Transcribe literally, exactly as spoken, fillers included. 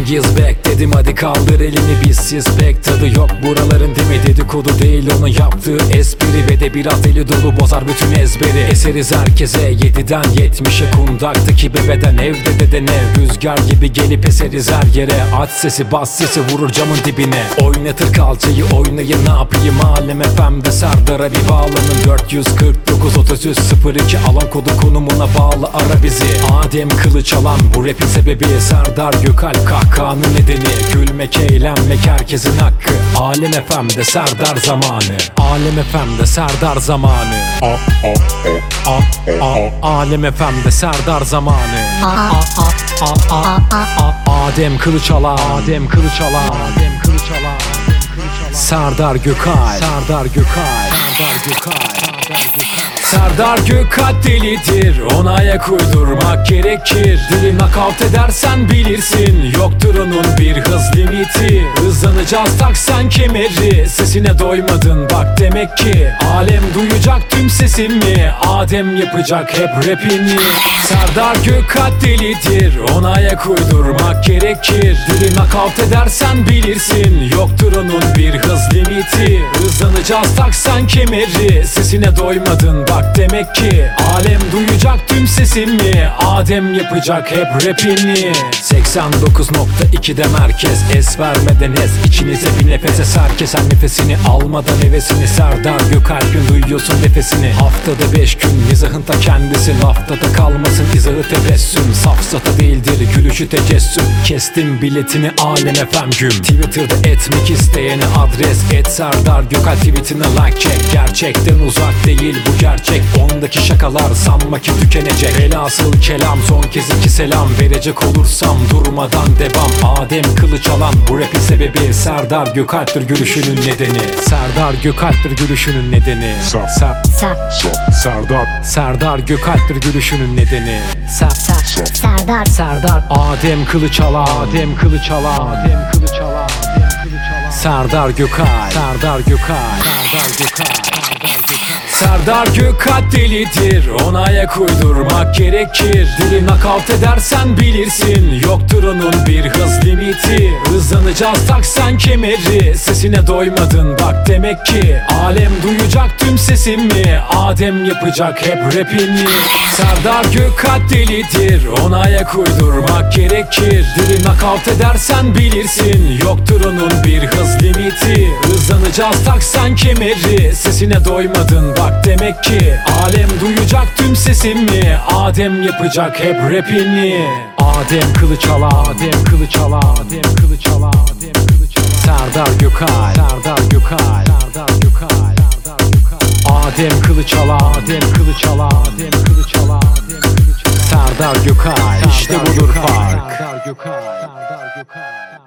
is back dedim, hadi kaldır elini, bizsiz pek tadı yok buraların değil mi? Dedikodu değil onun yaptığı espri ve de biraz deli dolu bozar bütün ezberi. Eseriz herkese yediden yetmişe, kundaktaki bebeden evde dede ne? Rüzgar gibi gelip eseriz her yere, aç sesi bas sesi vurur camın dibine. Oynatır kalçayı oynayın ne yapayım, Alem F M'de Serdar'a bir bağlanın. Dört yüz kırk dokuz otuz üç sıfır iki alan kodu konumuna bağlı ara bizi. Adem kılıç alan bu rapin sebebi, Serdar Gökalp kahkahanın nedeni. Gülmek eğlenmek herkesin hakkı, Alem F M'de Serdar zamanı. Alem F M'de Serdar zamanı. A a a a Alem F M'de Serdar zamanı. A a a a a Adem kılıç alan, Adem kılıç alan, Adem kılıç alan. Serdar Gökalp, Serdar Gökalp, Serdar Gökalp, Serdar Gökalp. Serdar Gökalp delidir, ona ayak uydurmak gerekir. Dili nakavt edersen bilirsin, yoktur onun bir hız limiti. Hızlanacağız tak sen kemeri, sesine doymadın bak demek ki. Alem duyacak tüm sesimi, Adem yapacak hep rapini. Serdar Gökalp delidir, ona ayak uydurmak gerekir. Dili nakavt edersen bilirsin, yoktur onun bir hız limiti. Hızlanacağız tak sen kemeri, sesine doymadın bak demek ki. Alem duyacak tüm sesimi, Adem yapacak hep rapini. seksen dokuz nokta iki'de merkez, es vermeden ez içinize bir nefes es. Herkes her nefesini almadan hevesini, Serdar Gökalp'in duyuyorsun nefesini. Haftada beş gün mizahın ta kendisi, laftada kalmasın izahı tebessüm. Safsata değildir gülüşü tecessüm, kestim biletini Alem F M güm. Twitter'da etmek isteyene adres et Serdar Gökalp, tweetine like çek. Gerçekten uzak değil bu gerçek, ondaki şakalar sanma ki tükenecek. Velhasıl kelam son kez iki selam verecek olursam durmadan devam. Adem kılıç alan bu rapin sebebi, Serdar Gökalp'tir gülüşünün nedeni. Serdar Gökalp'tir gülüşünün nedeni. Ser, ser, ser, Serdar Serdar Gökalp'tir gülüşünün nedeni. Ser, ser, Serdar Serdar Adem kılıç alan, Adem kılıç alan, Adem kılıç alan, Adem kılıç alan. Serdar Gökalp, Serdar Gökalp, Serdar Gökalp, Serdar Gökalp. Serdar Gökalp delidir, ona ayak uydurmak gerekir. Dili nakavt edersen bilirsin, yoktur onun bir hız limiti. Hızlanacağız tak sen kemeri, sesine doymadın bak demek ki. Alem duyacak tüm sesimi, Adem yapacak hep rapini. Serdar Gökalp delidir, ona ayak uydurmak gerekir. Dili nakavt edersen bilirsin, yoktur onun bir hız limiti. Hızlanacağız tak sen kemeri, sesine doymadın bak demek ki. Alem duyacak tüm sesimi, Adem yapacak hep rapini. Adem kılıç alan, Adem kılıç alan, Adem kılıç alan, Adem kılıç alan. Serdar Gökalp, Serdar Gökalp, Serdar Gökalp, Serdar Gökalp. Adem kılıç alan, Adem kılıç alan, Adem kılıç alan, Adem kılıç alan. Serdar Gökalp, işte budur fark. Serdar Gökalp, Serdar Gökalp.